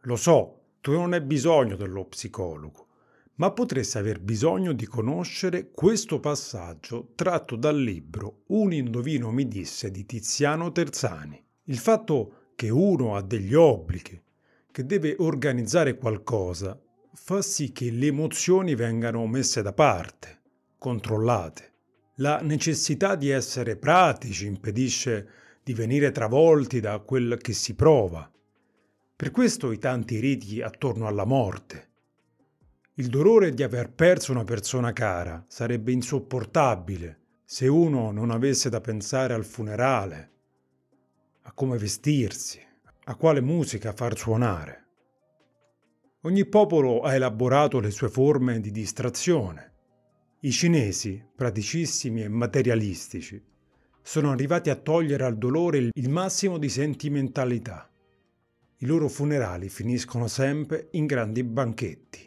Lo so, tu non hai bisogno dello psicologo, ma potresti aver bisogno di conoscere questo passaggio tratto dal libro Un indovino mi disse di Tiziano Terzani. Il fatto che uno ha degli obblighi, che deve organizzare qualcosa, fa sì che le emozioni vengano messe da parte, controllate. La necessità di essere pratici impedisce di venire travolti da quel che si prova. Per questo i tanti riti attorno alla morte. Il dolore di aver perso una persona cara sarebbe insopportabile se uno non avesse da pensare al funerale, a come vestirsi, a quale musica far suonare. Ogni popolo ha elaborato le sue forme di distrazione. I cinesi, praticissimi e materialistici, sono arrivati a togliere al dolore il massimo di sentimentalità. I loro funerali finiscono sempre in grandi banchetti.